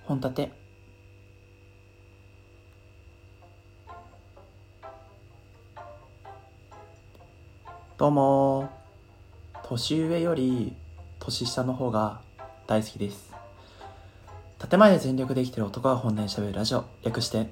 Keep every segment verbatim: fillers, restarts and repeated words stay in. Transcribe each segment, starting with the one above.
本立て。どうも、年上より年下の方が大好きです。建前で全力で生きてる男が本音で喋るラジオ、略して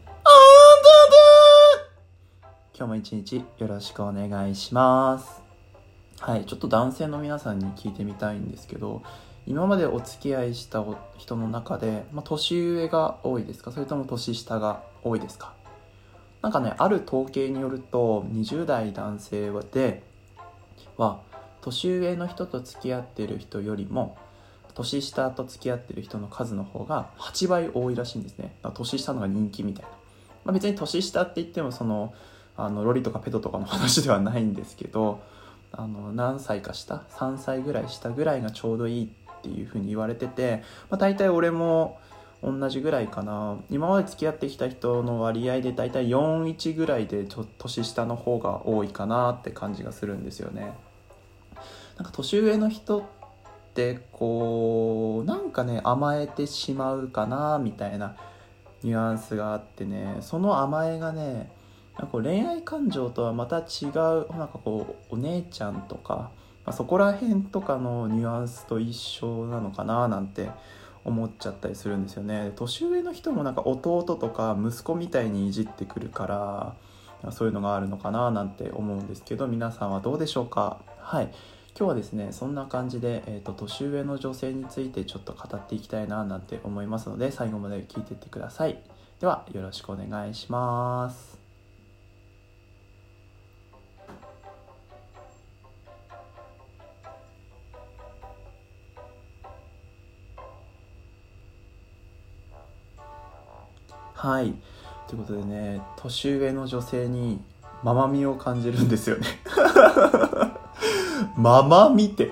今日も一日よろしくお願いします。はい、ちょっと男性の皆さんに聞いてみたいんですけど、今までお付き合いした人の中で、まあ、年上が多いですか、それとも年下が多いですか？なんかね、ある統計によるとにじゅう代男性では年上の人と付き合っている人よりも年下と付き合っている人の数の方がはちばい多いらしいんですね。だから年下の方が人気みたいな、まあ、別に年下って言ってもそのあのロリとかペトとかの話ではないんですけど、あの何歳か下、さんさいぐらい下ぐらいがちょうどいいっていう風に言われてて、まあ、大体俺も同じぐらいかな。今まで付き合ってきた人の割合で大体よんたいいちぐらいでちょっと年下の方が多いかなって感じがするんですよね。なんか年上の人ってこうなんかね甘えてしまうかなみたいなニュアンスがあってね、その甘えがねなんか恋愛感情とはまた違う、なんかこうお姉ちゃんとか、まあ、そこら辺とかのニュアンスと一緒なのかななんて思っちゃったりするんですよね。年上の人もなんか弟とか息子みたいにいじってくるからそういうのがあるのかななんて思うんですけど、皆さんはどうでしょうか？はい、今日はですねそんな感じで、えーと、年上の女性についてちょっと語っていきたいななんて思いますので、最後まで聞いていってください。ではよろしくお願いします。はい、ということでね、年上の女性にママみを感じるんですよねママみって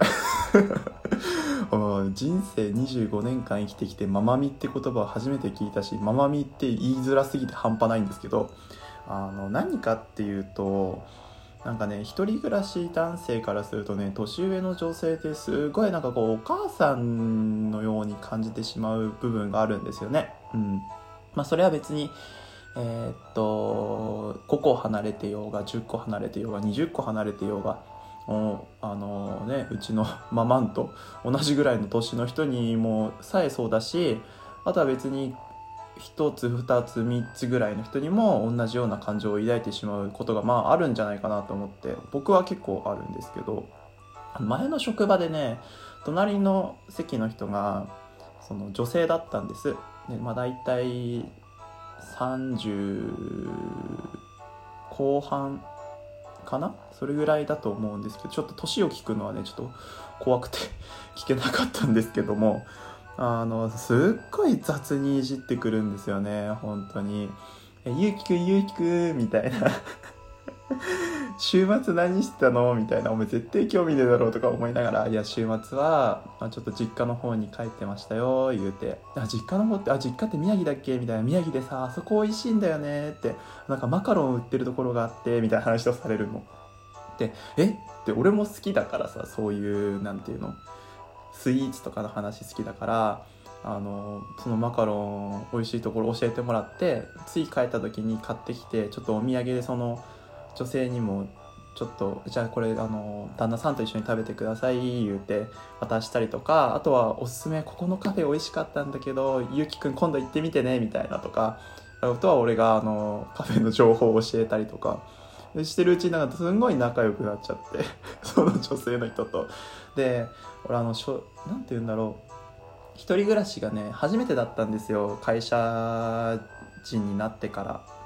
人生にじゅうごねんかん生きてきてママみって言葉を初めて聞いたし、ママみって言いづらすぎて半端ないんですけど、あの何かっていうと、なんかね一人暮らし男性からするとね、年上の女性ってすごいなんかこうお母さんのように感じてしまう部分があるんですよね。うんまあそれは別にえー、っとごこ離れてようがじゅっこ離れてようがにじゅっこ離れてようが、おあのねうちのママンと同じぐらいの年の人にもさえそうだし、あとは別にひとつふたつみっつぐらいの人にも同じような感情を抱いてしまうことがまああるんじゃないかなと思って、僕は結構あるんですけど、前の職場でね隣の席の人がその女性だったんです。で、まあ、大体さんじゅうこう半かな、それぐらいだと思うんですけど、ちょっと年を聞くのはねちょっと怖くて聞けなかったんですけども、あのすっごい雑にいじってくるんですよね。本当にえゆうきくんゆうきくんみたいな週末何してたのみたいな、お前絶対興味ねえだろうとか思いながら、いや週末は、まあ、ちょっと実家の方に帰ってましたよ言うて、あ実家の方って、あ実家って宮城だっけみたいな、宮城でさあそこ美味しいんだよねって、なんかマカロン売ってるところがあってみたいな話をされるので、えって俺も好きだからさ、そういうなんていうのスイーツとかの話好きだから、あのそのマカロン美味しいところ教えてもらって、つい帰った時に買ってきて、ちょっとお土産でその女性にもちょっとじゃあこれあの旦那さんと一緒に食べてください言うて渡したりとか、あとはおすすめここのカフェ美味しかったんだけどゆうきくん今度行ってみてねみたいなとか、あとは俺があのカフェの情報を教えたりとかしてるうちになんかすんごい仲良くなっちゃってその女性の人と。で俺あのしょなんて言うんだろう、一人暮らしがね初めてだったんですよ、会社人になってから。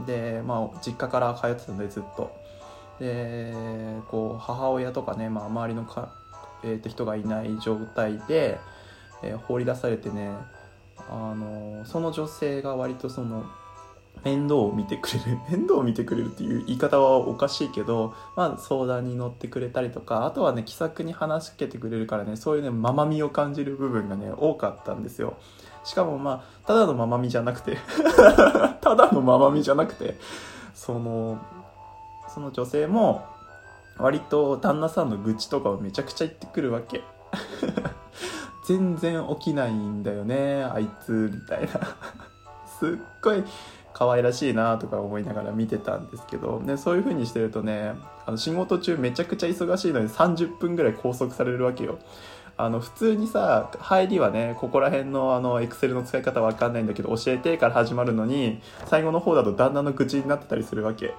でまあ実家から通ってたんでずっと。でこう母親とかね、まあ、周りのか、えー、と人がいない状態で、えー、放り出されてね、あのその女性が割とその面倒を見てくれる面倒を見てくれるっていう言い方はおかしいけど、まあ、相談に乗ってくれたりとか、あとはね気さくに話しかけてくれるからね、そういうねママみを感じる部分がね多かったんですよ。しかもまあただのママみじゃなくてただのママみじゃなくてそのその女性も割と旦那さんの愚痴とかをめちゃくちゃ言ってくるわけ全然起きないんだよねあいつみたいなすっごい可愛らしいなとか思いながら見てたんですけど、ね、そういう風にしてるとね、あの仕事中めちゃくちゃ忙しいのにさんじゅっぷんぐらい拘束されるわけよ。あの普通にさ、入りはね、ここら辺のあのエクセルの使い方わかんないんだけど教えてから始まるのに、最後の方だと旦那の愚痴になってたりするわけ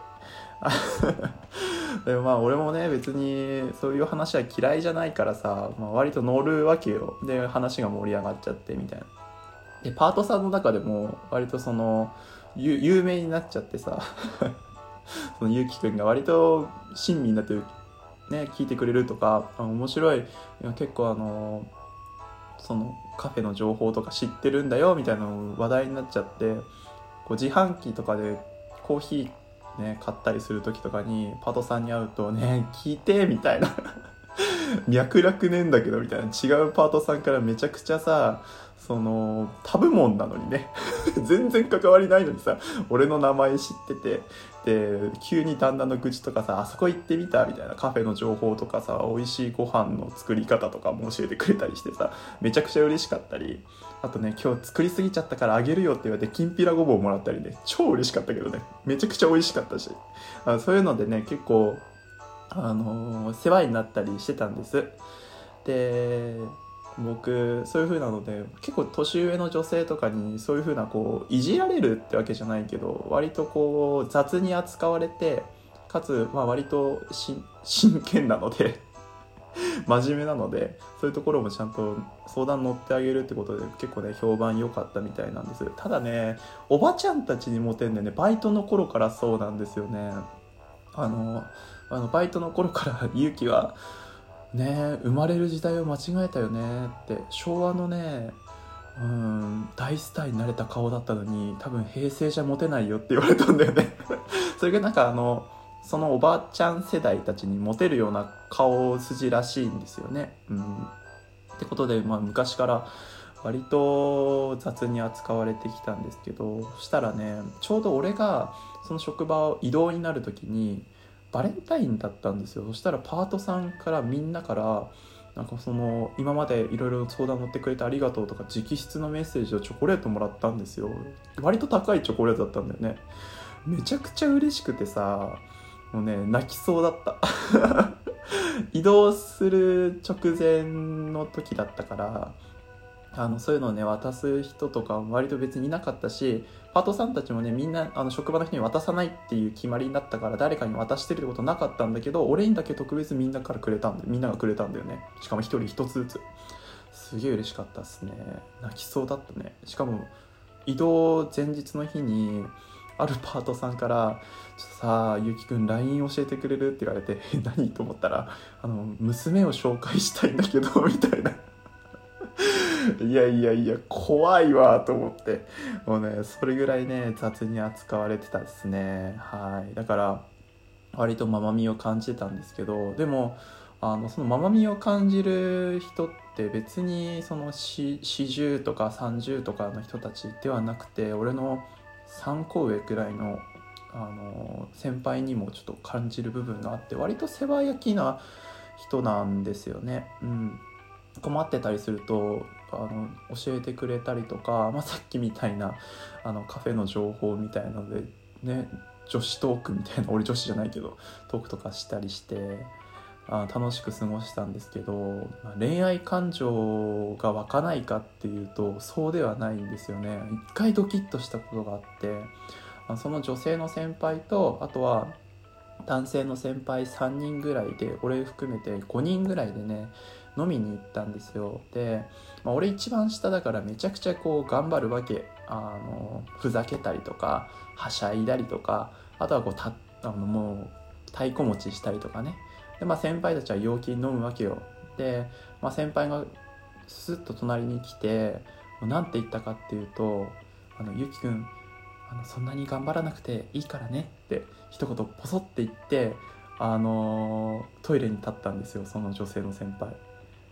でもまあ俺もね別にそういう話は嫌いじゃないからさ、まあ、割と乗るわけよ。で話が盛り上がっちゃってみたいな。でパートさんの中でも割とその有名になっちゃってさそのゆうきくんが割と親身になってね聞いてくれるとか、あ面白い、結構あのそのカフェの情報とか知ってるんだよみたいな話題になっちゃって、こう自販機とかでコーヒーね買ったりする時とかにパートさんに会うとね聞いてみたいな脈絡ねえんだけどみたいな、違うパートさんからめちゃくちゃさ、そのタブモンなのにね全然関わりないのにさ俺の名前知ってて、で急に旦那の愚痴とかさ、あそこ行ってみたみたいなカフェの情報とかさ、美味しいご飯の作り方とかも教えてくれたりしてさ、めちゃくちゃ嬉しかったり、あとね今日作りすぎちゃったからあげるよって言われてきんぴらごぼうもらったりね、超嬉しかったけどね、めちゃくちゃ美味しかったし、あそういうのでね結構あのー、世話になったりしてたんです。で僕そういう風なので結構年上の女性とかにそういう風なこういじられるってわけじゃないけど、割とこう雑に扱われて、かつまあ割と真剣なので真面目なので、そういうところもちゃんと相談乗ってあげるってことで結構ね評判良かったみたいなんです。ただねおばちゃんたちにモテんでね、バイトの頃からそうなんですよね。あのあのバイトの頃からゆうきはね生まれる時代を間違えたよねって、昭和のねうん大スターになれた顔だったのに多分平成じゃモテないよって言われたんだよねそれがなんかあのそのおばあちゃん世代たちにモテるような顔筋らしいんですよね。うん、ってことで、まあ、昔から割と雑に扱われてきたんですけど、そしたらねちょうど俺がその職場を異動になる時にバレンタインだったんですよ。そしたらパートさんからみんなからなんかその今までいろいろ相談乗ってくれてありがとうとか直筆のメッセージをチョコレートもらったんですよ。割と高いチョコレートだったんだよね。めちゃくちゃ嬉しくてさ、もうね泣きそうだった移動する直前の時だったから、あのそういうのをね渡す人とか割と別にいなかったし、パートさんたちもねみんなあの職場の人に渡さないっていう決まりになったから誰かに渡してるってことなかったんだけど、俺にだけ特別みんなからくれたんで、みんながくれたんだよね。しかも一人一つずつ。すげえ嬉しかったっすね。泣きそうだったね。しかも移動前日の日にあるパートさんからちょっとさゆきくん ライン 教えてくれるって言われて何と思ったら、あの娘を紹介したいんだけどみたいないやいやいや怖いわと思って、もうねそれぐらいね雑に扱われてたですね。はい、だから割とママみを感じてたんですけど、でもあのそのママみを感じる人って別にそのよんじゅうとかさんじゅうとかの人たちではなくて、俺のさんこ上くらいのあの先輩にもちょっと感じる部分があって、割と世話焼きな人なんですよね。うん、困ってたりするとあの教えてくれたりとか、まあ、さっきみたいなあのカフェの情報みたいなのでね、女子トークみたいな、俺女子じゃないけどトークとかしたりしてあ楽しく過ごしたんですけど、まあ、恋愛感情が湧かないかっていうとそうではないんですよね。一回ドキッとしたことがあって、あその女性の先輩とあとは男性の先輩さんにんぐらいで、俺含めてごにんぐらいでね飲みに行ったんですよ。で、まあ、俺一番下だからめちゃくちゃこう頑張るわけ。あのふざけたりとかはしゃいだりとか、あとはこうたあのもう太鼓持ちしたりとかね。で、まあ、先輩たちは陽気に飲むわけよ。で、まあ、先輩がスッと隣に来てなんて言ったかっていうと、あのゆきくんあのそんなに頑張らなくていいからねって一言ポソって言って、あのー、トイレに立ったんですよ、その女性の先輩。俺でもや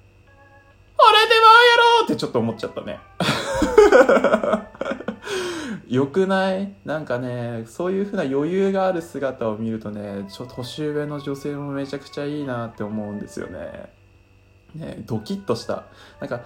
ろうってちょっと思っちゃったねよくない？なんかねそういう風な余裕がある姿を見るとね、ちょっと年上の女性もめちゃくちゃいいなって思うんですよね。ね、ドキッとした。なんか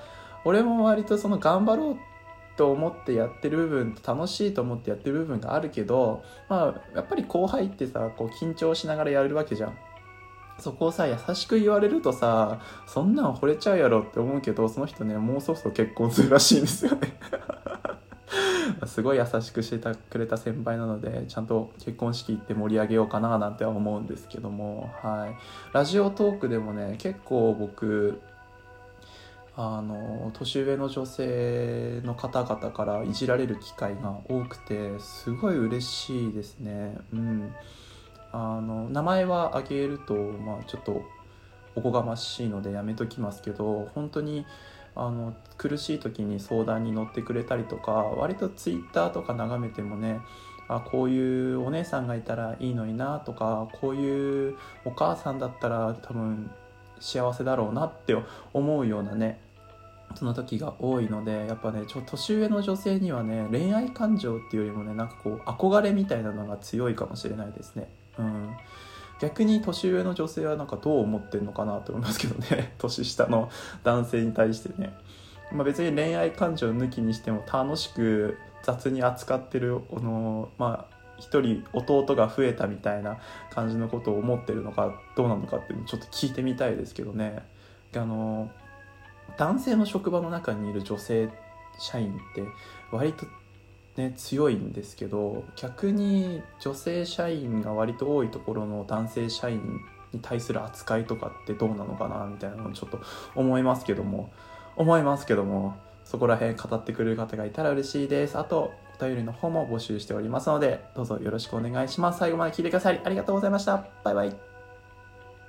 俺も割とその頑張ろうと思ってやってる部分、楽しいと思ってやってる部分があるけど、まあやっぱり後輩ってさ、こう緊張しながらやるわけじゃん。そこをさ優しく言われるとさ、そんなん惚れちゃうやろって思うけど、その人ねもうそろそろ結婚するらしいんですよねすごい優しくしてくれた先輩なので、ちゃんと結婚式行って盛り上げようかななんて思うんですけども、はい、ラジオトークでもね結構僕あの年上の女性の方々からいじられる機会が多くて、すごい嬉しいですね。うん、あの名前は挙げると、まあ、ちょっとおこがましいのでやめときますけど、本当にあの苦しい時に相談に乗ってくれたりとか、割とツイッターとか眺めてもね、あこういうお姉さんがいたらいいのになとか、こういうお母さんだったら多分幸せだろうなって思うようなねその時が多いので、やっぱねちょ年上の女性にはね恋愛感情っていうよりもね、なんかこう憧れみたいなのが強いかもしれないですね。うん、逆に年上の女性はなんかどう思ってるのかなと思いますけどね年下の男性に対してね、まあ、別に恋愛感情抜きにしても楽しく雑に扱ってるあのまあ一人弟が増えたみたいな感じのことを思ってるのかどうなのかっていうのをちょっと聞いてみたいですけどね。あの男性の職場の中にいる女性社員って割とね強いんですけど、逆に女性社員が割と多いところの男性社員に対する扱いとかってどうなのかなみたいなのをちょっと思いますけども思いますけどもそこら辺語ってくれる方がいたら嬉しいです。あとお便りの方も募集しておりますので、どうぞよろしくお願いします。最後まで聞いてくださりありがとうございました。バイバイ。